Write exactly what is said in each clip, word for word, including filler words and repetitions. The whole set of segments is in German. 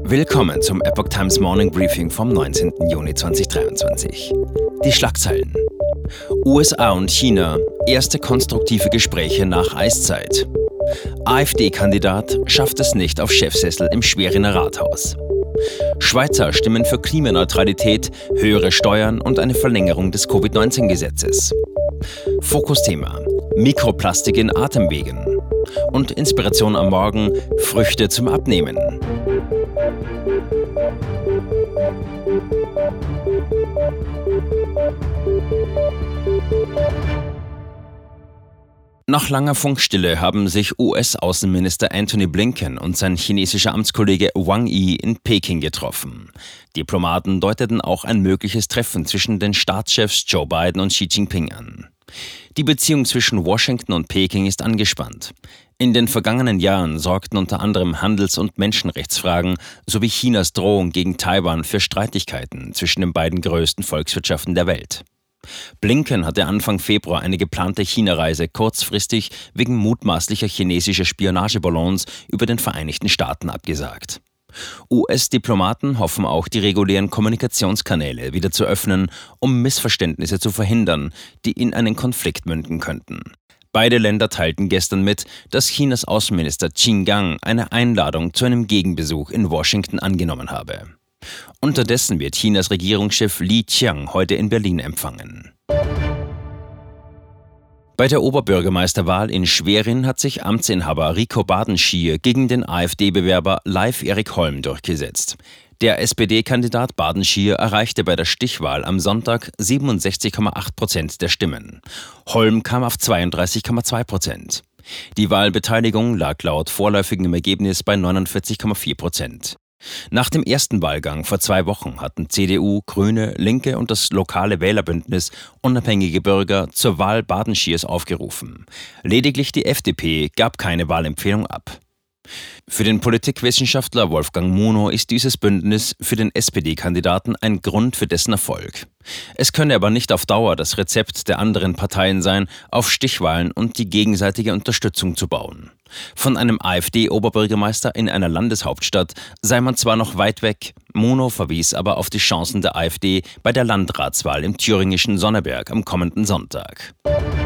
Willkommen zum Epoch Times Morning Briefing vom neunzehnten Juni zweitausenddreiundzwanzig. Die Schlagzeilen. U S A und China. Erste konstruktive Gespräche nach Eiszeit. AfD-Kandidat schafft es nicht auf Chefsessel im Schweriner Rathaus. Schweizer stimmen für Klimaneutralität, höhere Steuern und eine Verlängerung des Covid neunzehn Gesetzes. Fokusthema: Mikroplastik in Atemwegen. Und Inspiration am Morgen: Früchte zum Abnehmen. Nach langer Funkstille haben sich U S-Außenminister Antony Blinken und sein chinesischer Amtskollege Wang Yi in Peking getroffen. Diplomaten deuteten auch ein mögliches Treffen zwischen den Staatschefs Joe Biden und Xi Jinping an. Die Beziehung zwischen Washington und Peking ist angespannt. In den vergangenen Jahren sorgten unter anderem Handels- und Menschenrechtsfragen sowie Chinas Drohung gegen Taiwan für Streitigkeiten zwischen den beiden größten Volkswirtschaften der Welt. Blinken hatte Anfang Februar eine geplante China-Reise kurzfristig wegen mutmaßlicher chinesischer Spionageballons über den Vereinigten Staaten abgesagt. U S-Diplomaten hoffen auch, die regulären Kommunikationskanäle wieder zu öffnen, um Missverständnisse zu verhindern, die in einen Konflikt münden könnten. Beide Länder teilten gestern mit, dass Chinas Außenminister Qin Gang eine Einladung zu einem Gegenbesuch in Washington angenommen habe. Unterdessen wird Chinas Regierungschef Li Qiang heute in Berlin empfangen. Bei der Oberbürgermeisterwahl in Schwerin hat sich Amtsinhaber Rico Badenschier gegen den AfD-Bewerber Leif Erik Holm durchgesetzt. Der S P D-Kandidat Badenschier erreichte bei der Stichwahl am Sonntag siebenundsechzig Komma acht Prozent der Stimmen. Holm kam auf zweiunddreißig Komma zwei Prozent. Die Wahlbeteiligung lag laut vorläufigem Ergebnis bei neunundvierzig Komma vier Prozent. Nach dem ersten Wahlgang vor zwei Wochen hatten C D U, Grüne, Linke und das lokale Wählerbündnis Unabhängige Bürger zur Wahl Badenschiers aufgerufen. Lediglich die F D P gab keine Wahlempfehlung ab. Für den Politikwissenschaftler Wolfgang Munow ist dieses Bündnis für den S P D-Kandidaten ein Grund für dessen Erfolg. Es könne aber nicht auf Dauer das Rezept der anderen Parteien sein, auf Stichwahlen und die gegenseitige Unterstützung zu bauen. Von einem AfD-Oberbürgermeister in einer Landeshauptstadt sei man zwar noch weit weg, Munow verwies aber auf die Chancen der AfD bei der Landratswahl im thüringischen Sonneberg am kommenden Sonntag.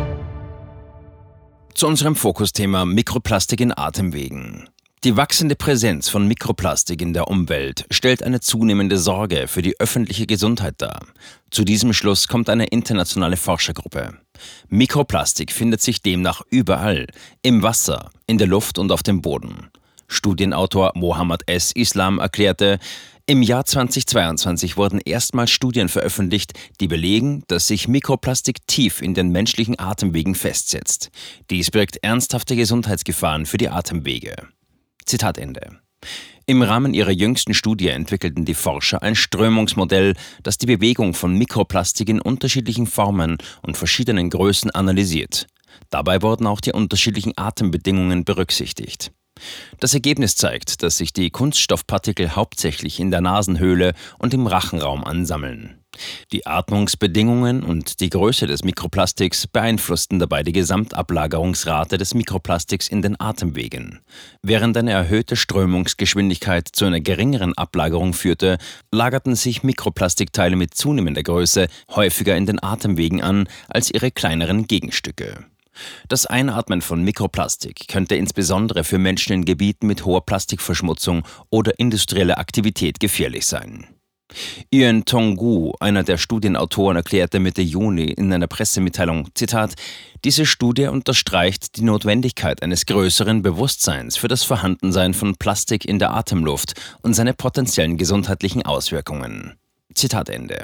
Zu unserem Fokusthema Mikroplastik in Atemwegen. Die wachsende Präsenz von Mikroplastik in der Umwelt stellt eine zunehmende Sorge für die öffentliche Gesundheit dar. Zu diesem Schluss kommt eine internationale Forschergruppe. Mikroplastik findet sich demnach überall, im Wasser, in der Luft und auf dem Boden. Studienautor Mohammed S. Islam erklärte, im Jahr zweitausendzweiundzwanzig wurden erstmals Studien veröffentlicht, die belegen, dass sich Mikroplastik tief in den menschlichen Atemwegen festsetzt. Dies birgt ernsthafte Gesundheitsgefahren für die Atemwege. Zitat Ende. Im Rahmen ihrer jüngsten Studie entwickelten die Forscher ein Strömungsmodell, das die Bewegung von Mikroplastik in unterschiedlichen Formen und verschiedenen Größen analysiert. Dabei wurden auch die unterschiedlichen Atembedingungen berücksichtigt. Das Ergebnis zeigt, dass sich die Kunststoffpartikel hauptsächlich in der Nasenhöhle und im Rachenraum ansammeln. Die Atmungsbedingungen und die Größe des Mikroplastiks beeinflussten dabei die Gesamtablagerungsrate des Mikroplastiks in den Atemwegen. Während eine erhöhte Strömungsgeschwindigkeit zu einer geringeren Ablagerung führte, lagerten sich Mikroplastikteile mit zunehmender Größe häufiger in den Atemwegen an als ihre kleineren Gegenstücke. Das Einatmen von Mikroplastik könnte insbesondere für Menschen in Gebieten mit hoher Plastikverschmutzung oder industrieller Aktivität gefährlich sein. Yuan Tonggu, einer der Studienautoren, erklärte Mitte Juni in einer Pressemitteilung, Zitat, diese Studie unterstreicht die Notwendigkeit eines größeren Bewusstseins für das Vorhandensein von Plastik in der Atemluft und seine potenziellen gesundheitlichen Auswirkungen. Zitat Ende.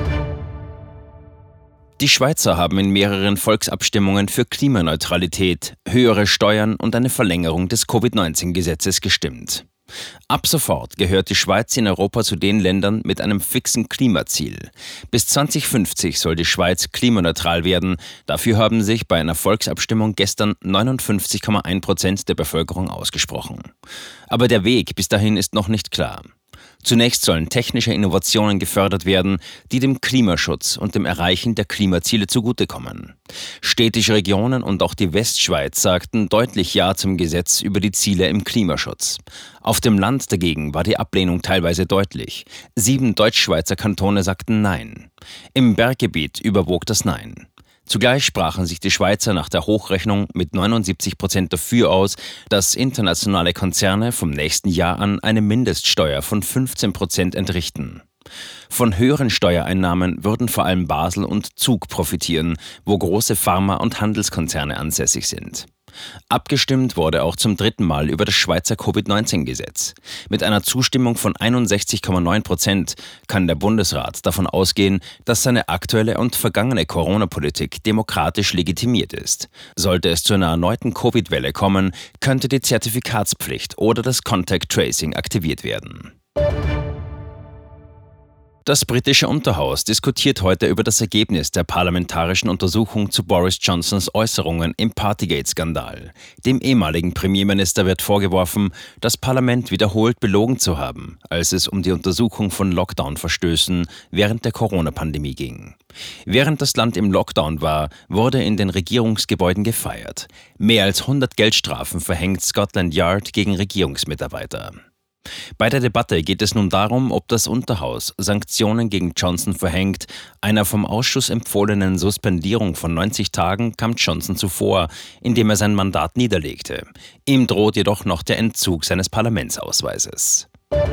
Die Schweizer haben in mehreren Volksabstimmungen für Klimaneutralität, höhere Steuern und eine Verlängerung des Covid neunzehn Gesetzes gestimmt. Ab sofort gehört die Schweiz in Europa zu den Ländern mit einem fixen Klimaziel. Bis zweitausendfünfzig soll die Schweiz klimaneutral werden. Dafür haben sich bei einer Volksabstimmung gestern neunundfünfzig Komma eins Prozent der Bevölkerung ausgesprochen. Aber der Weg bis dahin ist noch nicht klar. Zunächst sollen technische Innovationen gefördert werden, die dem Klimaschutz und dem Erreichen der Klimaziele zugutekommen. Städtische Regionen und auch die Westschweiz sagten deutlich Ja zum Gesetz über die Ziele im Klimaschutz. Auf dem Land dagegen war die Ablehnung teilweise deutlich. Sieben Deutschschweizer Kantone sagten Nein. Im Berggebiet überwog das Nein. Zugleich sprachen sich die Schweizer nach der Hochrechnung mit neunundsiebzig Prozent dafür aus, dass internationale Konzerne vom nächsten Jahr an eine Mindeststeuer von fünfzehn Prozent entrichten. Von höheren Steuereinnahmen würden vor allem Basel und Zug profitieren, wo große Pharma- und Handelskonzerne ansässig sind. Abgestimmt wurde auch zum dritten Mal über das Schweizer Covid neunzehn Gesetz. Mit einer Zustimmung von einundsechzig Komma neun Prozent kann der Bundesrat davon ausgehen, dass seine aktuelle und vergangene Corona-Politik demokratisch legitimiert ist. Sollte es zu einer erneuten Covid-Welle kommen, könnte die Zertifikatspflicht oder das Contact Tracing aktiviert werden. Das britische Unterhaus diskutiert heute über das Ergebnis der parlamentarischen Untersuchung zu Boris Johnsons Äußerungen im Partygate-Skandal. Dem ehemaligen Premierminister wird vorgeworfen, das Parlament wiederholt belogen zu haben, als es um die Untersuchung von Lockdown-Verstößen während der Corona-Pandemie ging. Während das Land im Lockdown war, wurde in den Regierungsgebäuden gefeiert. Mehr als hundert Geldstrafen verhängt Scotland Yard gegen Regierungsmitarbeiter. Bei der Debatte geht es nun darum, ob das Unterhaus Sanktionen gegen Johnson verhängt. Einer vom Ausschuss empfohlenen Suspendierung von neunzig Tagen kam Johnson zuvor, indem er sein Mandat niederlegte. Ihm droht jedoch noch der Entzug seines Parlamentsausweises.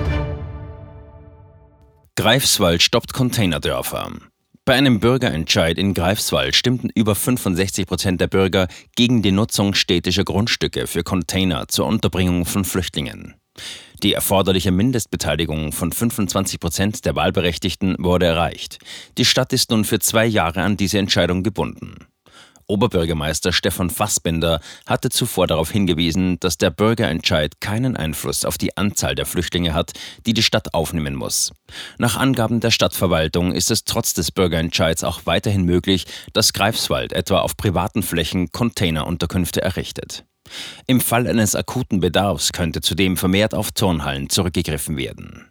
Greifswald stoppt Containerdörfer. Bei einem Bürgerentscheid in Greifswald stimmten über fünfundsechzig Prozent der Bürger gegen die Nutzung städtischer Grundstücke für Container zur Unterbringung von Flüchtlingen. Die erforderliche Mindestbeteiligung von fünfundzwanzig Prozent der Wahlberechtigten wurde erreicht. Die Stadt ist nun für zwei Jahre an diese Entscheidung gebunden. Oberbürgermeister Stefan Fassbender hatte zuvor darauf hingewiesen, dass der Bürgerentscheid keinen Einfluss auf die Anzahl der Flüchtlinge hat, die die Stadt aufnehmen muss. Nach Angaben der Stadtverwaltung ist es trotz des Bürgerentscheids auch weiterhin möglich, dass Greifswald etwa auf privaten Flächen Containerunterkünfte errichtet. Im Fall eines akuten Bedarfs könnte zudem vermehrt auf Turnhallen zurückgegriffen werden.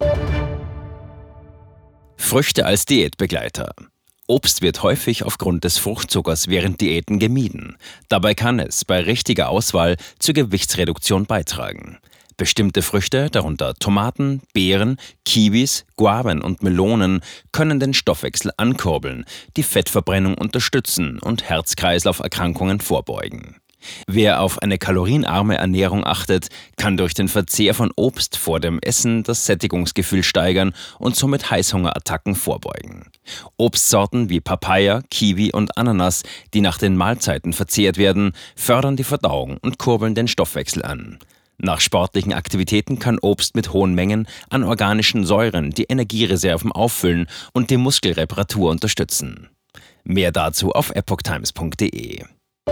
Früchte als Diätbegleiter. Obst wird häufig aufgrund des Fruchtzuckers während Diäten gemieden. Dabei kann es bei richtiger Auswahl zur Gewichtsreduktion beitragen. Bestimmte Früchte, darunter Tomaten, Beeren, Kiwis, Guaven und Melonen, können den Stoffwechsel ankurbeln, die Fettverbrennung unterstützen und Herz-Kreislauf-Erkrankungen vorbeugen. Wer auf eine kalorienarme Ernährung achtet, kann durch den Verzehr von Obst vor dem Essen das Sättigungsgefühl steigern und somit Heißhungerattacken vorbeugen. Obstsorten wie Papaya, Kiwi und Ananas, die nach den Mahlzeiten verzehrt werden, fördern die Verdauung und kurbeln den Stoffwechsel an. Nach sportlichen Aktivitäten kann Obst mit hohen Mengen an organischen Säuren die Energiereserven auffüllen und die Muskelreparatur unterstützen. Mehr dazu auf epoch times punkt de.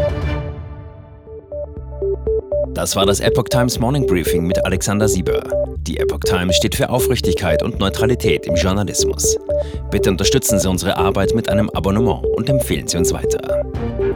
Das war das Epoch Times Morning Briefing mit Alexander Sieber. Die Epoch Times steht für Aufrichtigkeit und Neutralität im Journalismus. Bitte unterstützen Sie unsere Arbeit mit einem Abonnement und empfehlen Sie uns weiter.